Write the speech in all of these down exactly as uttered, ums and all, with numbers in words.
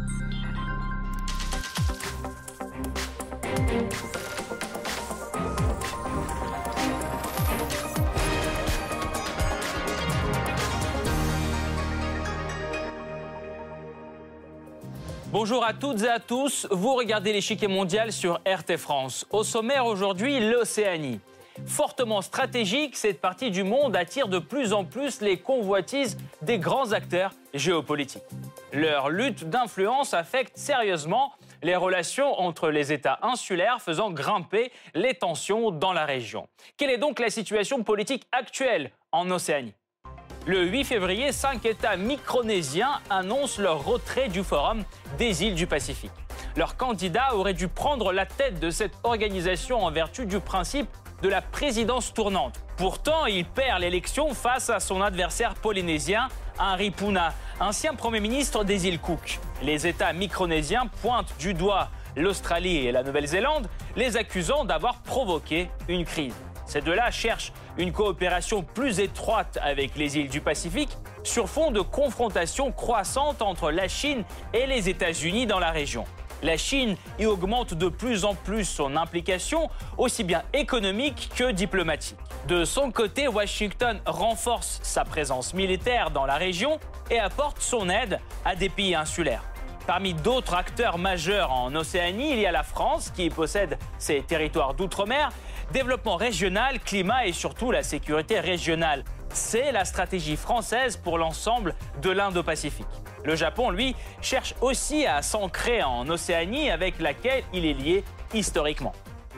Bonjour à toutes et à tous, vous regardez l'échiquier mondial sur R T France. Au sommaire aujourd'hui, l'Océanie. Fortement stratégique, cette partie du monde attire de plus en plus les convoitises des grands acteurs géopolitiques. Leur lutte d'influence affecte sérieusement les relations entre les États insulaires, faisant grimper les tensions dans la région. Quelle est donc la situation politique actuelle en Océanie ? Le huit février, cinq États micronésiens annoncent leur retrait du Forum des îles du Pacifique. Leur candidat aurait dû prendre la tête de cette organisation en vertu du principe de la présidence tournante. Pourtant, il perd l'élection face à son adversaire polynésien, Henry Puna, ancien Premier ministre des îles Cook. Les États micronésiens pointent du doigt l'Australie et la Nouvelle-Zélande, les accusant d'avoir provoqué une crise. Ces deux-là cherchent une coopération plus étroite avec les îles du Pacifique sur fond de confrontation croissante entre la Chine et les États-Unis dans la région. La Chine y augmente de plus en plus son implication, aussi bien économique que diplomatique. De son côté, Washington renforce sa présence militaire dans la région et apporte son aide à des pays insulaires. Parmi d'autres acteurs majeurs en Océanie, il y a la France qui possède ses territoires d'outre-mer, développement régional, climat et surtout la sécurité régionale. C'est la stratégie française pour l'ensemble de l'Indo-Pacifique. Le Japon, lui, cherche aussi à s'ancrer en Océanie avec laquelle il est lié historiquement.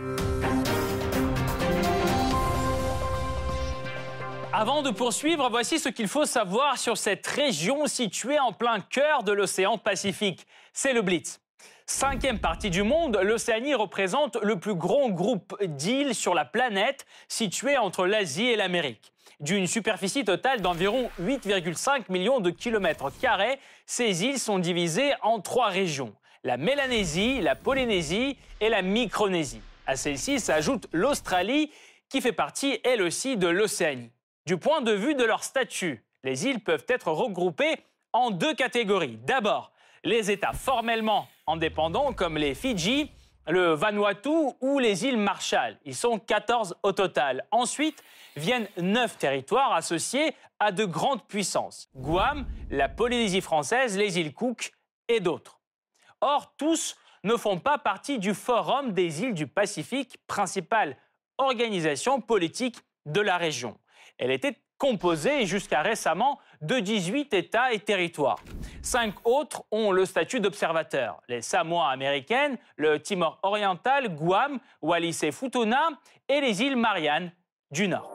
Avant de poursuivre, voici ce qu'il faut savoir sur cette région située en plein cœur de l'océan Pacifique. C'est le Blitz. Cinquième partie du monde, l'Océanie représente le plus grand groupe d'îles sur la planète, situé entre l'Asie et l'Amérique. D'une superficie totale d'environ huit virgule cinq millions de kilomètres carrés, ces îles sont divisées en trois régions, la Mélanésie, la Polynésie et la Micronésie. À celle-ci s'ajoute l'Australie, qui fait partie, elle aussi, de l'Océanie. Du point de vue de leur statut, les îles peuvent être regroupées en deux catégories. D'abord, les États formellement indépendants comme les Fidji, le Vanuatu ou les îles Marshall. Ils sont quatorze au total. Ensuite viennent neuf territoires associés à de grandes puissances. Guam, la Polynésie française, les îles Cook et d'autres. Or, tous ne font pas partie du Forum des îles du Pacifique, principale organisation politique de la région. Elle était composée jusqu'à récemment de dix-huit États et territoires. Cinq autres ont le statut d'observateurs. Les Samoa américaines, le Timor oriental, Guam, Wallis et Futuna et les îles Mariannes du Nord.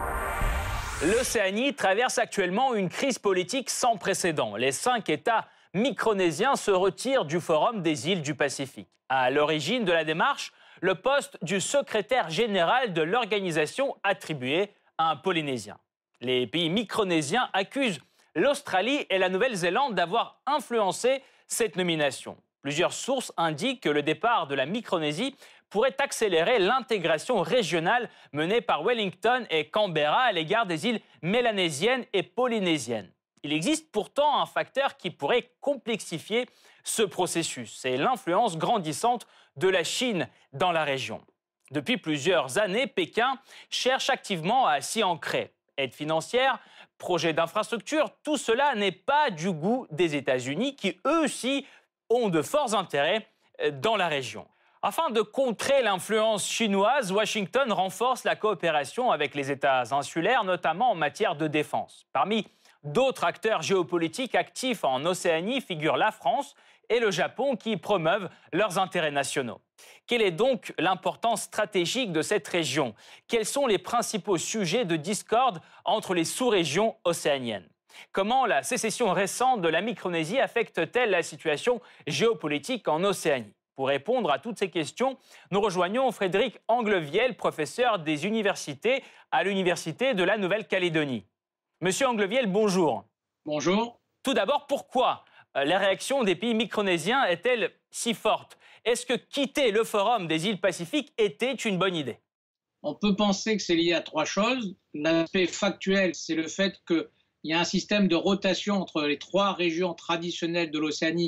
L'Océanie traverse actuellement une crise politique sans précédent. Les cinq États micronésiens se retirent du Forum des îles du Pacifique. À l'origine de la démarche, le poste du secrétaire général de l'organisation attribué à un Polynésien. Les pays micronésiens accusent l'Australie et la Nouvelle-Zélande d'avoir influencé cette nomination. Plusieurs sources indiquent que le départ de la Micronésie pourrait accélérer l'intégration régionale menée par Wellington et Canberra à l'égard des îles mélanésiennes et polynésiennes. Il existe pourtant un facteur qui pourrait complexifier ce processus, c'est l'influence grandissante de la Chine dans la région. Depuis plusieurs années, Pékin cherche activement à s'y ancrer. Aide financière, projets d'infrastructure, tout cela n'est pas du goût des États-Unis qui, eux aussi, ont de forts intérêts dans la région. Afin de contrer l'influence chinoise, Washington renforce la coopération avec les États insulaires, notamment en matière de défense. Parmi d'autres acteurs géopolitiques actifs en Océanie figurent la France et le Japon qui promeuvent leurs intérêts nationaux. Quelle est donc l'importance stratégique de cette région? Quels sont les principaux sujets de discorde entre les sous-régions océaniennes? Comment la sécession récente de la Micronésie affecte-t-elle la situation géopolitique en Océanie? Pour répondre à toutes ces questions, nous rejoignons Frédéric Anglevielle, professeur des universités à l'Université de la Nouvelle-Calédonie. Monsieur Anglevielle, bonjour. Bonjour. Tout d'abord, pourquoi la réaction des pays micronésiens est-elle si forte? Est-ce que quitter le Forum des îles Pacifiques était une bonne idée? On peut penser que c'est lié à trois choses. L'aspect factuel, c'est le fait qu'il y a un système de rotation entre les trois régions traditionnelles de l'Océanie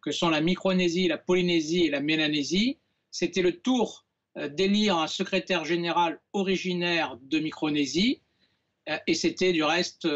que sont la Micronésie, la Polynésie et la Mélanésie. C'était le tour d'élire un secrétaire général originaire de Micronésie, et c'était du reste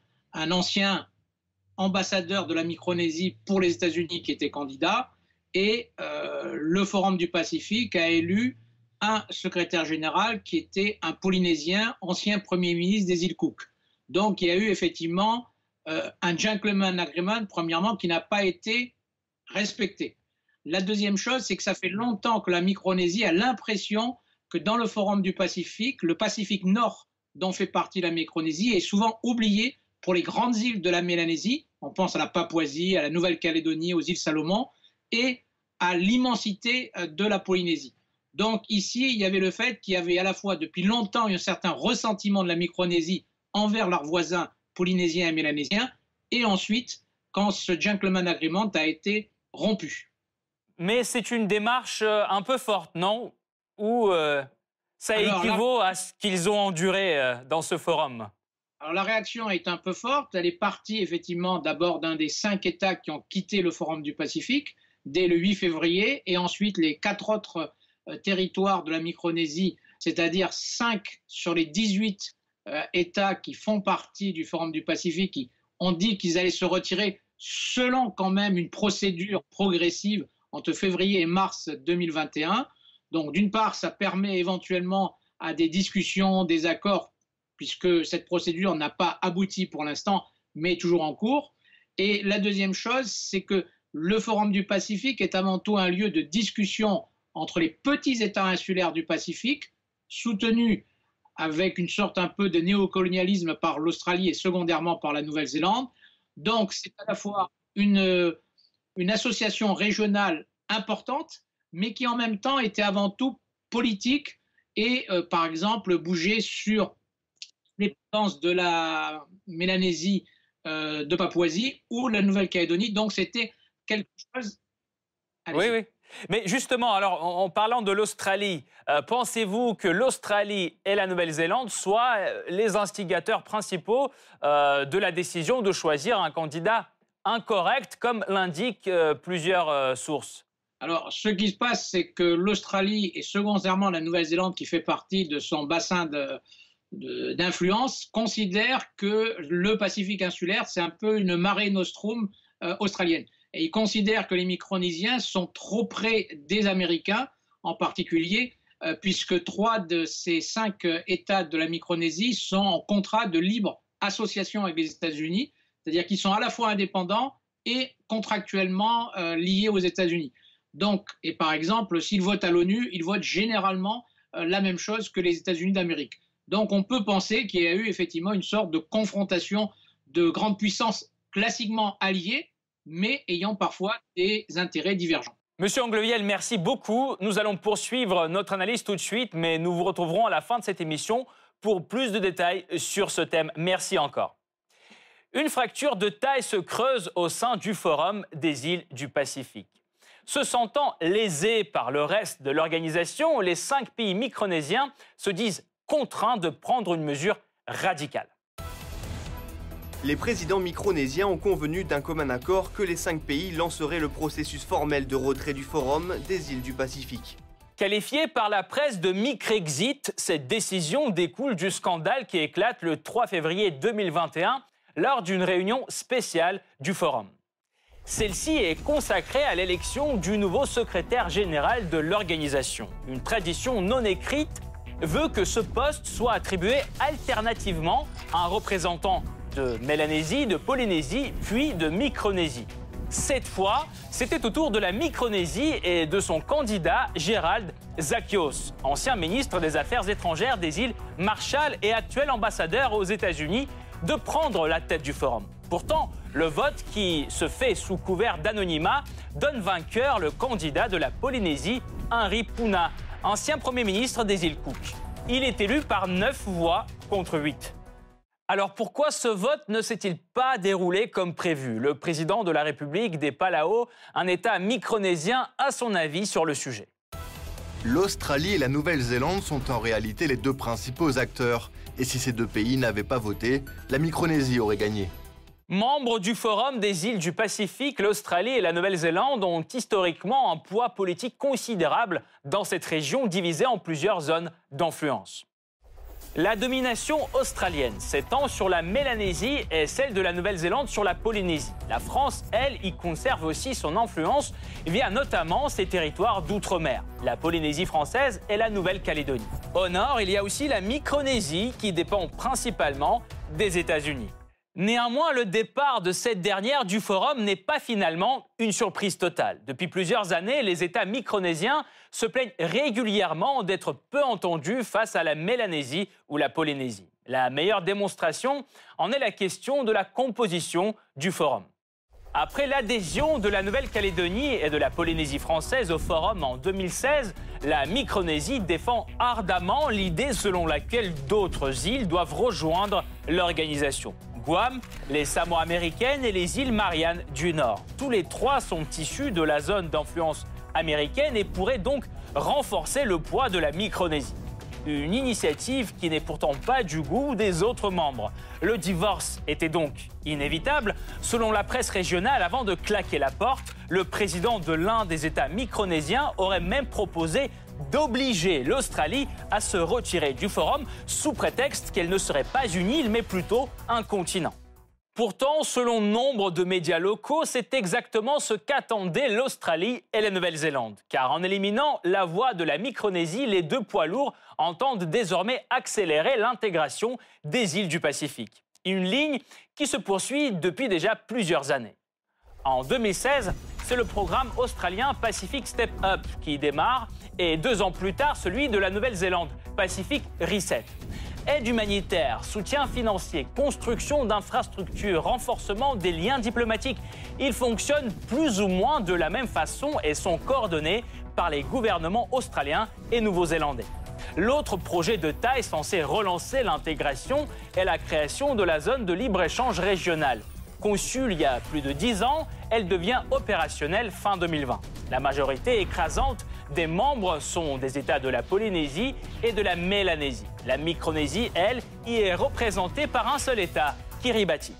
un ancien ambassadeur de la Micronésie pour les États-Unis qui était candidat, et euh, le Forum du Pacifique a élu un secrétaire général qui était un Polynésien, ancien Premier ministre des îles Cook. Donc il y a eu effectivement euh, un gentleman agreement, premièrement, qui n'a pas été respecté. La deuxième chose, c'est que ça fait longtemps que la Micronésie a l'impression que dans le Forum du Pacifique, le Pacifique Nord, dont fait partie la Micronésie, est souvent oublié pour les grandes îles de la Mélanésie. On pense à la Papouasie, à la Nouvelle-Calédonie, aux îles Salomon, et à l'immensité de la Polynésie. Donc ici, il y avait le fait qu'il y avait à la fois depuis longtemps un certain ressentiment de la Micronésie envers leurs voisins polynésiens et mélanésiens, et ensuite, quand ce gentleman agreement a été rompu. Mais c'est une démarche un peu forte, non? Ou euh, ça Alors, équivaut là... à ce qu'ils ont enduré euh, dans ce forum? Alors la réaction est un peu forte. Elle est partie effectivement d'abord d'un des cinq États qui ont quitté le Forum du Pacifique dès le huit février, et ensuite les quatre autres euh, territoires de la Micronésie, c'est-à-dire cinq sur les dix-huit euh, États qui font partie du Forum du Pacifique, qui ont dit qu'ils allaient se retirer selon quand même une procédure progressive entre février et mars deux mille vingt et un. Donc d'une part, ça permet éventuellement à des discussions, des accords, puisque cette procédure n'a pas abouti pour l'instant, mais est toujours en cours. Et la deuxième chose, c'est que le Forum du Pacifique est avant tout un lieu de discussion entre les petits États insulaires du Pacifique, soutenus avec une sorte un peu de néocolonialisme par l'Australie et secondairement par la Nouvelle-Zélande. Donc c'est à la fois une, une association régionale importante, mais qui en même temps était avant tout politique et euh, par exemple bougeait sur les dépenses de la Mélanésie, euh, de Papouasie ou la Nouvelle-Calédonie. Donc c'était quelque chose... Oui, oui. Mais justement, alors, en, en parlant de l'Australie, euh, pensez-vous que l'Australie et la Nouvelle-Zélande soient les instigateurs principaux euh, de la décision de choisir un candidat incorrect, comme l'indiquent euh, plusieurs euh, sources? Alors, ce qui se passe, c'est que l'Australie et secondairement la Nouvelle-Zélande, qui fait partie de son bassin de... d'influence, considère que le Pacifique insulaire, c'est un peu une Mare Nostrum euh, australienne. Et ils considèrent que les Micronésiens sont trop près des Américains, en particulier, euh, puisque trois de ces cinq euh, États de la Micronésie sont en contrat de libre association avec les États-Unis, c'est-à-dire qu'ils sont à la fois indépendants et contractuellement euh, liés aux États-Unis. Donc, et par exemple, s'ils votent à l'ONU, ils votent généralement euh, la même chose que les États-Unis d'Amérique. Donc on peut penser qu'il y a eu effectivement une sorte de confrontation de grandes puissances classiquement alliées, mais ayant parfois des intérêts divergents. Monsieur Anglevielle, merci beaucoup. Nous allons poursuivre notre analyse tout de suite, mais nous vous retrouverons à la fin de cette émission pour plus de détails sur ce thème. Merci encore. Une fracture de taille se creuse au sein du Forum des îles du Pacifique. Se sentant lésés par le reste de l'organisation, les cinq pays micronésiens se disent contraints de prendre une mesure radicale. Les présidents micronésiens ont convenu d'un commun accord que les cinq pays lanceraient le processus formel de retrait du Forum des îles du Pacifique. Qualifiée par la presse de micrexit, cette décision découle du scandale qui éclate le trois février deux mille vingt et un lors d'une réunion spéciale du Forum. Celle-ci est consacrée à l'élection du nouveau secrétaire général de l'organisation. Une tradition non écrite veut que ce poste soit attribué alternativement à un représentant de Mélanésie, de Polynésie, puis de Micronésie. Cette fois, c'était au tour de la Micronésie et de son candidat Gérald Zakios, ancien ministre des Affaires étrangères des îles Marshall et actuel ambassadeur aux États-Unis, de prendre la tête du forum. Pourtant, le vote qui se fait sous couvert d'anonymat donne vainqueur le candidat de la Polynésie, Henry Puna, ancien Premier ministre des îles Cook. Il est élu par neuf voix contre huit. Alors pourquoi ce vote ne s'est-il pas déroulé comme prévu? Le président de la République des Palau, un État micronésien, a son avis sur le sujet. L'Australie et la Nouvelle-Zélande sont en réalité les deux principaux acteurs. Et si ces deux pays n'avaient pas voté, la Micronésie aurait gagné. Membres du Forum des îles du Pacifique, l'Australie et la Nouvelle-Zélande ont historiquement un poids politique considérable dans cette région divisée en plusieurs zones d'influence. La domination australienne s'étend sur la Mélanésie et celle de la Nouvelle-Zélande sur la Polynésie. La France, elle, y conserve aussi son influence via notamment ses territoires d'outre-mer, la Polynésie française et la Nouvelle-Calédonie. Au nord, il y a aussi la Micronésie qui dépend principalement des États-Unis. Néanmoins, le départ de cette dernière du Forum n'est pas finalement une surprise totale. Depuis plusieurs années, les États micronésiens se plaignent régulièrement d'être peu entendus face à la Mélanésie ou la Polynésie. La meilleure démonstration en est la question de la composition du Forum. Après l'adhésion de la Nouvelle-Calédonie et de la Polynésie française au Forum en deux mille seize, la Micronésie défend ardemment l'idée selon laquelle d'autres îles doivent rejoindre l'organisation. Guam, les Samoa américaines et les îles Mariannes du Nord. Tous les trois sont issus de la zone d'influence américaine et pourraient donc renforcer le poids de la Micronésie. Une initiative qui n'est pourtant pas du goût des autres membres. Le divorce était donc inévitable. Selon la presse régionale, avant de claquer la porte, le président de l'un des États micronésiens aurait même proposé d'obliger l'Australie à se retirer du Forum sous prétexte qu'elle ne serait pas une île mais plutôt un continent. Pourtant, selon nombre de médias locaux, c'est exactement ce qu'attendaient l'Australie et la Nouvelle-Zélande. Car en éliminant la voix de la Micronésie, les deux poids lourds entendent désormais accélérer l'intégration des îles du Pacifique. Une ligne qui se poursuit depuis déjà plusieurs années. En deux mille seize, c'est le programme australien Pacific Step Up qui démarre et deux ans plus tard, celui de la Nouvelle-Zélande, Pacific Reset. Aide humanitaire, soutien financier, construction d'infrastructures, renforcement des liens diplomatiques. Ils fonctionnent plus ou moins de la même façon et sont coordonnés par les gouvernements australiens et néo-zélandais. L'autre projet de taille censé relancer l'intégration est la création de la zone de libre-échange régionale. Conçue il y a plus de dix ans, elle devient opérationnelle fin deux mille vingt. La majorité écrasante des membres sont des États de la Polynésie et de la Mélanésie. La Micronésie, elle, y est représentée par un seul État, Kiribati.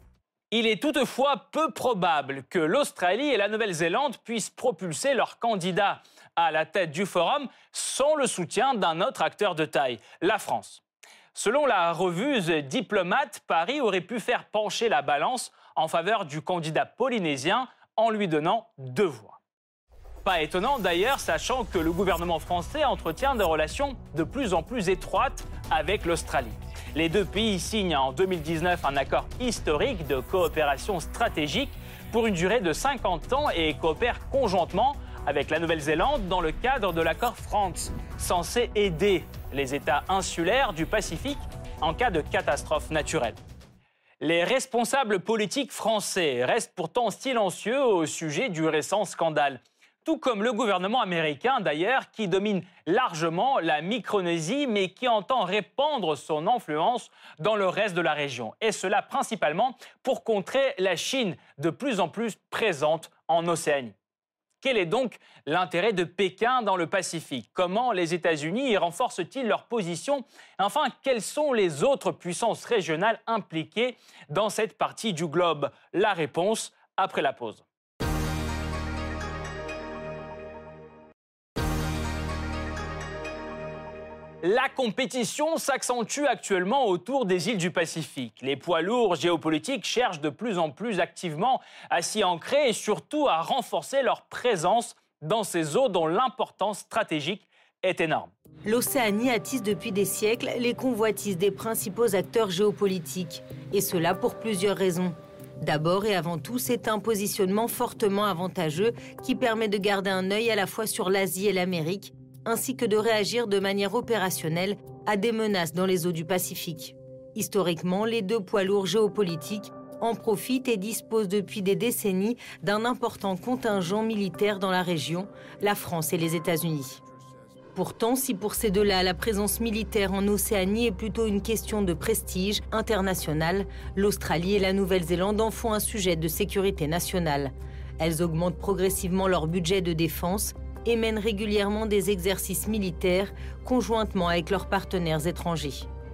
Il est toutefois peu probable que l'Australie et la Nouvelle-Zélande puissent propulser leurs candidats à la tête du Forum sans le soutien d'un autre acteur de taille, la France. Selon la revue The Diplomat, Paris aurait pu faire pencher la balance en faveur du candidat polynésien en lui donnant deux voix. Pas étonnant d'ailleurs, sachant que le gouvernement français entretient des relations de plus en plus étroites avec l'Australie. Les deux pays signent en deux mille dix-neuf un accord historique de coopération stratégique pour une durée de cinquante ans et coopèrent conjointement avec la Nouvelle-Zélande dans le cadre de l'accord France, censé aider les États insulaires du Pacifique en cas de catastrophe naturelle. Les responsables politiques français restent pourtant silencieux au sujet du récent scandale. Tout comme le gouvernement américain d'ailleurs, qui domine largement la Micronésie, mais qui entend répandre son influence dans le reste de la région. Et cela principalement pour contrer la Chine, de plus en plus présente en Océanie. Quel est donc l'intérêt de Pékin dans le Pacifique? Comment les États-Unis y renforcent-ils leur position? Enfin, quelles sont les autres puissances régionales impliquées dans cette partie du globe? La réponse après la pause. La compétition s'accentue actuellement autour des îles du Pacifique. Les poids lourds géopolitiques cherchent de plus en plus activement à s'y ancrer et surtout à renforcer leur présence dans ces eaux dont l'importance stratégique est énorme. L'Océanie attise depuis des siècles les convoitises des principaux acteurs géopolitiques. Et cela pour plusieurs raisons. D'abord et avant tout, c'est un positionnement fortement avantageux qui permet de garder un œil à la fois sur l'Asie et l'Amérique, ainsi que de réagir de manière opérationnelle à des menaces dans les eaux du Pacifique. Historiquement, les deux poids lourds géopolitiques en profitent et disposent depuis des décennies d'un important contingent militaire dans la région, la France et les États-Unis. Pourtant, si pour ces deux-là, la présence militaire en Océanie est plutôt une question de prestige international, l'Australie et la Nouvelle-Zélande en font un sujet de sécurité nationale. Elles augmentent progressivement leur budget de défense et mènent régulièrement des exercices militaires conjointement avec leurs partenaires étrangers.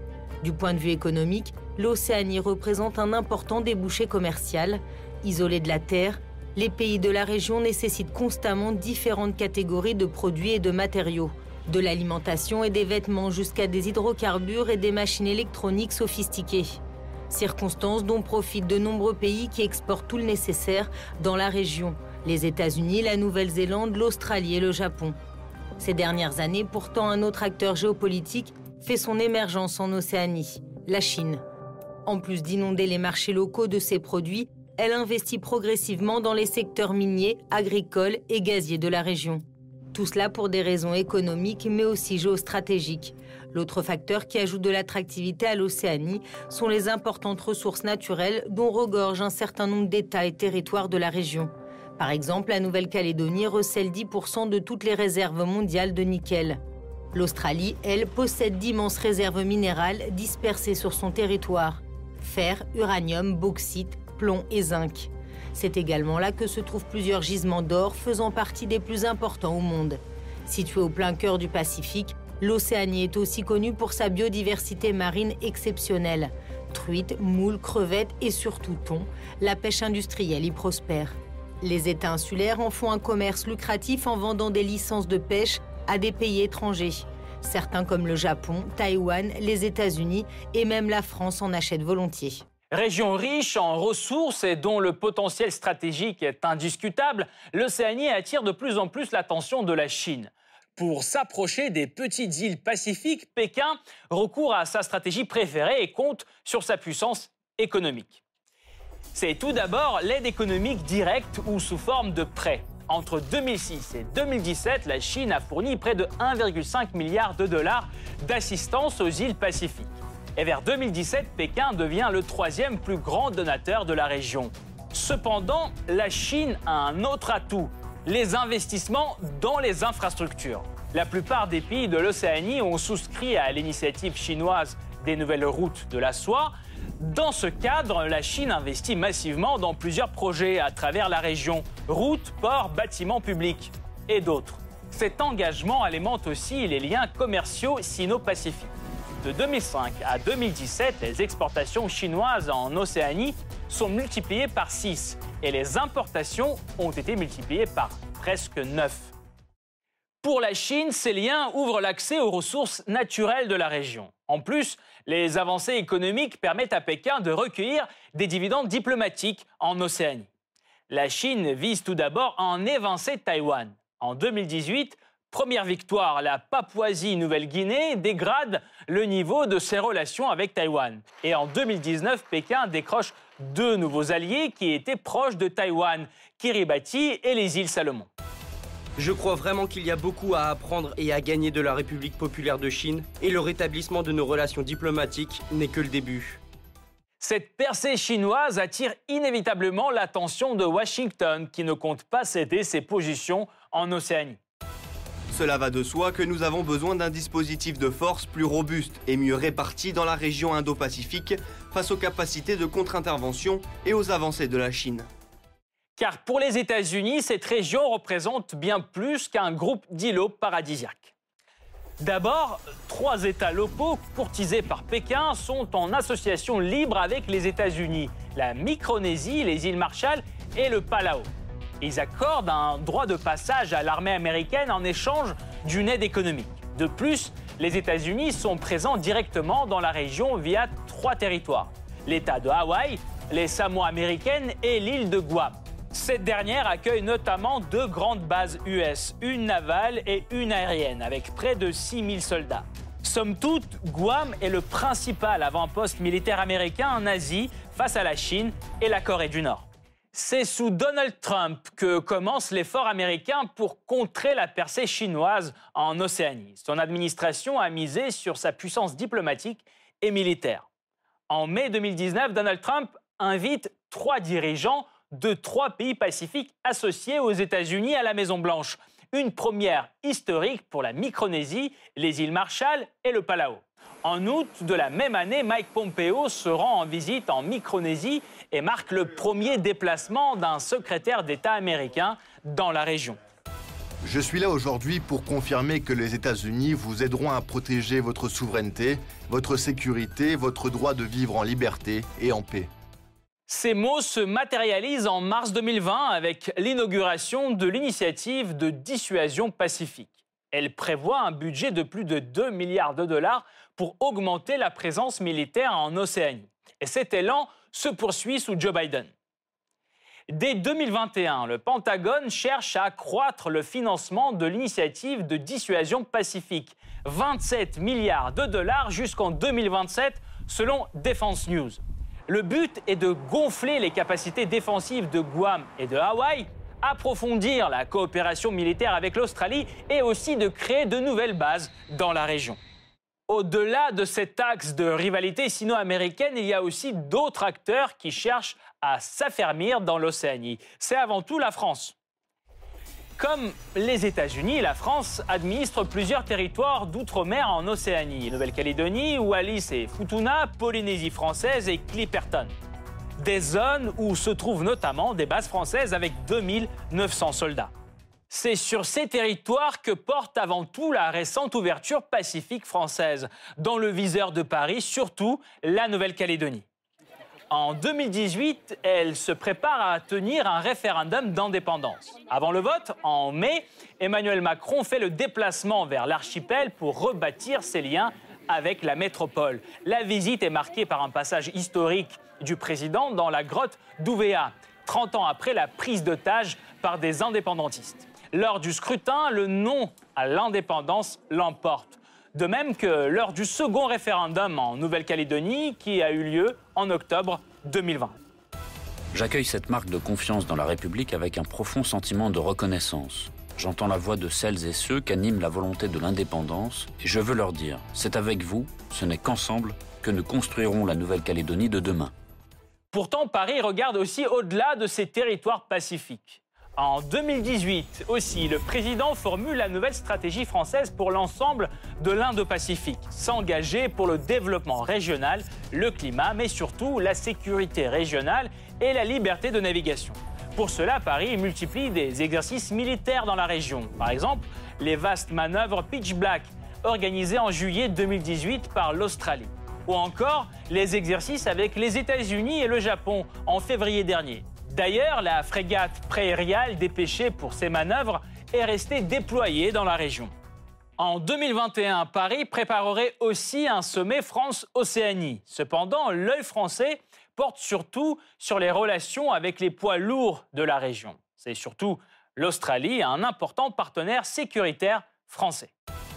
Du point de vue économique, l'Océanie représente un important débouché commercial. Isolés de la Terre, les pays de la région nécessitent constamment différentes catégories de produits et de matériaux, de l'alimentation et des vêtements jusqu'à des hydrocarbures et des machines électroniques sophistiquées. Circonstances dont profitent de nombreux pays qui exportent tout le nécessaire dans la région, les États-Unis, la Nouvelle-Zélande, l'Australie et le Japon. Ces dernières années, pourtant, un autre acteur géopolitique fait son émergence en Océanie, la Chine. En plus d'inonder les marchés locaux de ses produits, elle investit progressivement dans les secteurs miniers, agricoles et gaziers de la région. Tout cela pour des raisons économiques, mais aussi géostratégiques. L'autre facteur qui ajoute de l'attractivité à l'Océanie sont les importantes ressources naturelles dont regorge un certain nombre d'États et territoires de la région. Par exemple, la Nouvelle-Calédonie recèle dix pour cent de toutes les réserves mondiales de nickel. L'Australie, elle, possède d'immenses réserves minérales dispersées sur son territoire. Fer, uranium, bauxite, plomb et zinc. C'est également là que se trouvent plusieurs gisements d'or faisant partie des plus importants au monde. Située au plein cœur du Pacifique, l'Océanie est aussi connue pour sa biodiversité marine exceptionnelle. Truites, moules, crevettes et surtout thon, la pêche industrielle y prospère. Les États insulaires en font un commerce lucratif en vendant des licences de pêche à des pays étrangers. Certains comme le Japon, Taïwan, les États-Unis et même la France en achètent volontiers. Région riche en ressources et dont le potentiel stratégique est indiscutable, l'Océanie attire de plus en plus l'attention de la Chine. Pour s'approcher des petites îles pacifiques, Pékin recourt à sa stratégie préférée et compte sur sa puissance économique. C'est tout d'abord l'aide économique directe ou sous forme de prêts. Entre deux mille six et deux mille dix-sept, la Chine a fourni près de un virgule cinq milliard de dollars d'assistance aux îles Pacifiques. Et vers deux mille dix-sept, Pékin devient le troisième plus grand donateur de la région. Cependant, la Chine a un autre atout, les investissements dans les infrastructures. La plupart des pays de l'Océanie ont souscrit à l'initiative chinoise des nouvelles routes de la soie. Dans ce cadre, la Chine investit massivement dans plusieurs projets à travers la région, routes, ports, bâtiments publics et d'autres. Cet engagement alimente aussi les liens commerciaux sino-pacifiques. De deux mille cinq à deux mille dix-sept, les exportations chinoises en Océanie sont multipliées par six et les importations ont été multipliées par presque neuf. Pour la Chine, ces liens ouvrent l'accès aux ressources naturelles de la région. En plus, les avancées économiques permettent à Pékin de recueillir des dividendes diplomatiques en Océanie. La Chine vise tout d'abord à en évincer Taïwan. En deux mille dix-huit, première victoire, la Papouasie-Nouvelle-Guinée dégrade le niveau de ses relations avec Taïwan. Et en deux mille dix-neuf, Pékin décroche deux nouveaux alliés qui étaient proches de Taïwan, Kiribati et les îles Salomon. Je crois vraiment qu'il y a beaucoup à apprendre et à gagner de la République populaire de Chine, et le rétablissement de nos relations diplomatiques n'est que le début. Cette percée chinoise attire inévitablement l'attention de Washington, qui ne compte pas céder ses positions en Océanie. Cela va de soi que nous avons besoin d'un dispositif de force plus robuste et mieux réparti dans la région Indo-Pacifique face aux capacités de contre-intervention et aux avancées de la Chine. Car pour les États-Unis, cette région représente bien plus qu'un groupe d'îlots paradisiaques. D'abord, trois États locaux courtisés par Pékin sont en association libre avec les États-Unis, la Micronésie, les îles Marshall et le Palau. Ils accordent un droit de passage à l'armée américaine en échange d'une aide économique. De plus, les États-Unis sont présents directement dans la région via trois territoires, l'État de Hawaï, les Samoa américaines et l'île de Guam. Cette dernière accueille notamment deux grandes bases U S, une navale et une aérienne, avec près de six mille soldats. Somme toute, Guam est le principal avant-poste militaire américain en Asie face à la Chine et la Corée du Nord. C'est sous Donald Trump que commence l'effort américain pour contrer la percée chinoise en Océanie. Son administration a misé sur sa puissance diplomatique et militaire. En mai deux mille dix-neuf, Donald Trump invite trois dirigeants de trois pays pacifiques associés aux États-Unis à la Maison-Blanche. Une première historique pour la Micronésie, les îles Marshall et le Palau. En août de la même année, Mike Pompeo se rend en visite en Micronésie et marque le premier déplacement d'un secrétaire d'État américain dans la région. Je suis là aujourd'hui pour confirmer que les États-Unis vous aideront à protéger votre souveraineté, votre sécurité, votre droit de vivre en liberté et en paix. Ces mots se matérialisent en mars deux mille vingt avec l'inauguration de l'initiative de dissuasion pacifique. Elle prévoit un budget de plus de deux milliards de dollars pour augmenter la présence militaire en Océanie. Et cet élan se poursuit sous Joe Biden. Dès deux mille vingt et un, le Pentagone cherche à accroître le financement de l'initiative de dissuasion pacifique. vingt-sept milliards de dollars jusqu'en deux mille vingt-sept, selon Defense News. Le but est de gonfler les capacités défensives de Guam et de Hawaï, approfondir la coopération militaire avec l'Australie et aussi de créer de nouvelles bases dans la région. Au-delà de cet axe de rivalité sino-américaine, il y a aussi d'autres acteurs qui cherchent à s'affermir dans l'Océanie. C'est avant tout la France. Comme les États-Unis, la France administre plusieurs territoires d'outre-mer en Océanie. Nouvelle-Calédonie, Wallis et Futuna, Polynésie française et Clipperton. Des zones où se trouvent notamment des bases françaises avec deux mille neuf cents soldats. C'est sur ces territoires que porte avant tout la récente ouverture pacifique française, dans le viseur de Paris, surtout la Nouvelle-Calédonie. En deux mille dix-huit, elle se prépare à tenir un référendum d'indépendance. Avant le vote, en mai, Emmanuel Macron fait le déplacement vers l'archipel pour rebâtir ses liens avec la métropole. La visite est marquée par un passage historique du président dans la grotte d'Ouvéa, trente ans après la prise d'otage par des indépendantistes. Lors du scrutin, le non à l'indépendance l'emporte. De même que lors du second référendum en Nouvelle-Calédonie qui a eu lieu en octobre deux mille vingt. J'accueille cette marque de confiance dans la République avec un profond sentiment de reconnaissance. J'entends la voix de celles et ceux qu'anime la volonté de l'indépendance et je veux leur dire, c'est avec vous, ce n'est qu'ensemble, que nous construirons la Nouvelle-Calédonie de demain. Pourtant, Paris regarde aussi au-delà de ces territoires pacifiques. En deux mille dix-huit aussi, le président formule la nouvelle stratégie française pour l'ensemble de l'Indo-Pacifique, s'engager pour le développement régional, le climat, mais surtout la sécurité régionale et la liberté de navigation. Pour cela, Paris multiplie des exercices militaires dans la région. Par exemple, les vastes manœuvres Pitch Black, organisées en juillet deux mille dix-huit par l'Australie. Ou encore les exercices avec les États-Unis et le Japon en février dernier. D'ailleurs, la frégate Prairial dépêchée pour ces manœuvres est restée déployée dans la région. En deux mille vingt et un, Paris préparerait aussi un sommet France-Océanie. Cependant, l'œil français porte surtout sur les relations avec les poids lourds de la région. C'est surtout l'Australie, un important partenaire sécuritaire français.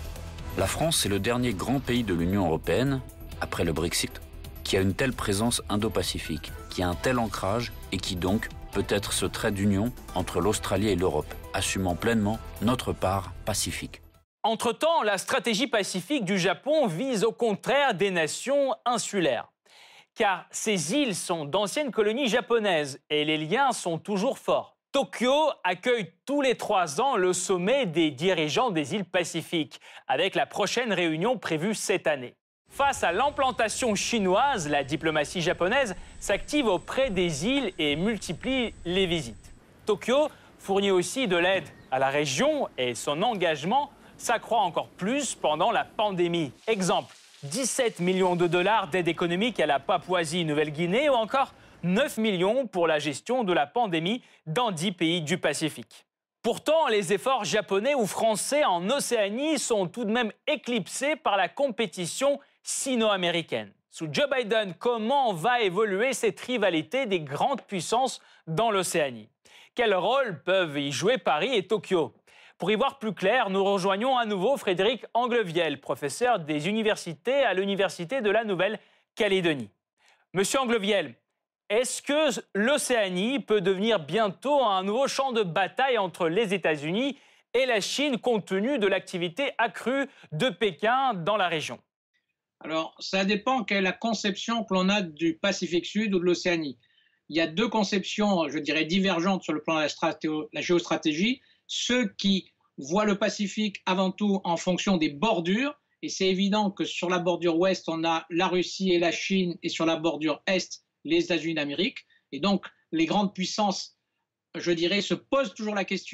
La France est le dernier grand pays de l'Union européenne, après le Brexit, qui a une telle présence indo-pacifique, qui a un tel ancrage et qui donc peut être ce trait d'union entre l'Australie et l'Europe, assumant pleinement notre part pacifique. Entre-temps, la stratégie pacifique du Japon vise au contraire des nations insulaires. Car ces îles sont d'anciennes colonies japonaises et les liens sont toujours forts. Tokyo accueille tous les trois ans le sommet des dirigeants des îles Pacifiques, avec la prochaine réunion prévue cette année. Face à l'implantation chinoise, la diplomatie japonaise s'active auprès des îles et multiplie les visites. Tokyo fournit aussi de l'aide à la région et son engagement s'accroît encore plus pendant la pandémie. Exemple, dix-sept millions de dollars d'aide économique à la Papouasie-Nouvelle-Guinée ou encore neuf millions pour la gestion de la pandémie dans dix pays du Pacifique. Pourtant, les efforts japonais ou français en Océanie sont tout de même éclipsés par la compétition sino-américaine. Sous Joe Biden, comment va évoluer cette rivalité des grandes puissances dans l'Océanie? Quel rôle peuvent y jouer Paris et Tokyo? Pour y voir plus clair, nous rejoignons à nouveau Frédéric Anglevielle, professeur des universités à l'Université de la Nouvelle-Calédonie. Monsieur Anglevielle, est-ce que l'Océanie peut devenir bientôt un nouveau champ de bataille entre les États-Unis et la Chine compte tenu de l'activité accrue de Pékin dans la région? Alors, ça dépend quelle est la conception que l'on a du Pacifique Sud ou de l'Océanie. Il y a deux conceptions, je dirais, divergentes sur le plan de la, straté- la géostratégie. Ceux qui voient le Pacifique avant tout en fonction des bordures, et c'est évident que sur la bordure ouest, on a la Russie et la Chine, et sur la bordure est, les États-Unis d'Amérique. Et donc, les grandes puissances, je dirais, se posent toujours la question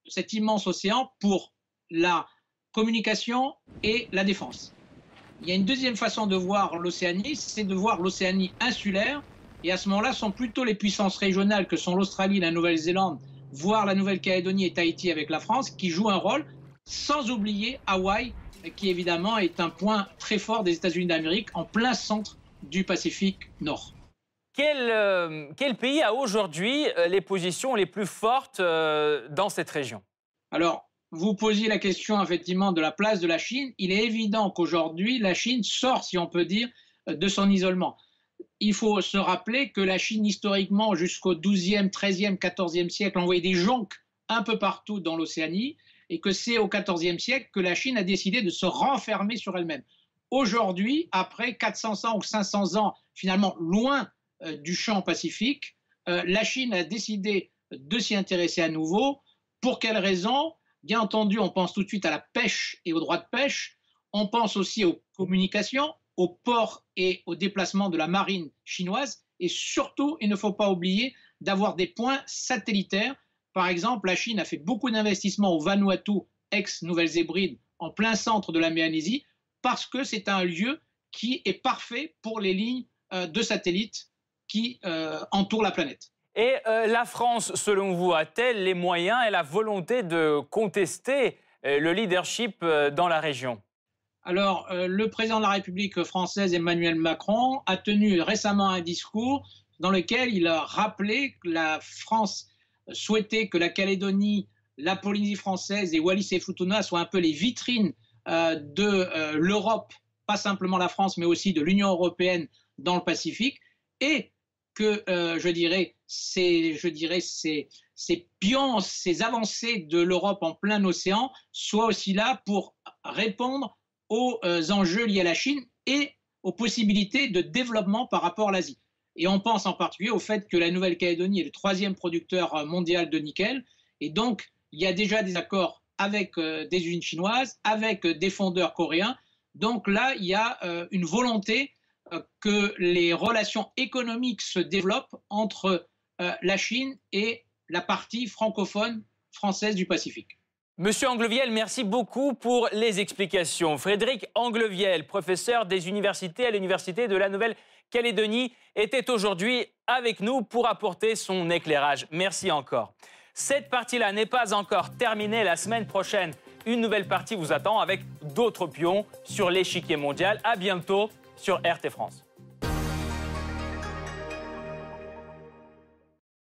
cet immense océan pour la communication et la défense. Il y a une deuxième façon de voir l'Océanie, c'est de voir l'Océanie insulaire. Et à ce moment-là, ce sont plutôt les puissances régionales que sont l'Australie, la Nouvelle-Zélande, voire la Nouvelle-Calédonie et Tahiti avec la France, qui jouent un rôle, sans oublier Hawaï, qui évidemment est un point très fort des États-Unis d'Amérique, en plein centre du Pacifique Nord. Quel, euh, quel pays a aujourd'hui euh, les positions les plus fortes euh, dans cette région? Alors, vous posiez la question effectivement de la place de la Chine. Il est évident qu'aujourd'hui, la Chine sort, si on peut dire, de son isolement. Il faut se rappeler que la Chine, historiquement, jusqu'au douzième, treizième, quatorzième siècle, envoyait des jonques un peu partout dans l'Océanie, et que c'est au quatorzième siècle que la Chine a décidé de se renfermer sur elle-même. Aujourd'hui, après quatre cents ans ou cinq cents ans, finalement, loin euh, du champ Pacifique, euh, la Chine a décidé de s'y intéresser à nouveau. Pour quelles raisons? Bien entendu, on pense tout de suite à la pêche et aux droits de pêche. On pense aussi aux communications, aux ports et au déplacement de la marine chinoise. Et surtout, il ne faut pas oublier d'avoir des points satellitaires. Par exemple, la Chine a fait beaucoup d'investissements au Vanuatu, ex-Nouvelle-Hébride, en plein centre de la Mélanésie, parce que c'est un lieu qui est parfait pour les lignes euh, de satellites qui euh, entourent la planète. Et euh, la France, selon vous, a-t-elle les moyens et la volonté de contester euh, le leadership euh, dans la région? Alors, euh, le président de la République française, Emmanuel Macron, a tenu récemment un discours dans lequel il a rappelé que la France souhaitait que la Calédonie, la Polynésie française et Wallis et Futuna soient un peu les vitrines euh, de euh, l'Europe, pas simplement la France, mais aussi de l'Union européenne dans le Pacifique, et que, euh, je dirais, ces, je dirais ces, ces pions, ces avancées de l'Europe en plein océan soient aussi là pour répondre aux euh, enjeux liés à la Chine et aux possibilités de développement par rapport à l'Asie. Et on pense en particulier au fait que la Nouvelle-Calédonie est le troisième producteur mondial de nickel. Et donc, il y a déjà des accords avec euh, des usines chinoises, avec euh, des fondeurs coréens. Donc là, il y a euh, une volonté euh, que les relations économiques se développent entre euh, la Chine et la partie francophone française du Pacifique. Monsieur Anglevielle, merci beaucoup pour les explications. Frédéric Anglevielle, professeur des universités à l'Université de la Nouvelle-Calédonie, était aujourd'hui avec nous pour apporter son éclairage. Merci encore. Cette partie-là n'est pas encore terminée. La semaine prochaine, une nouvelle partie vous attend avec d'autres pions sur l'échiquier mondial. À bientôt sur R T France.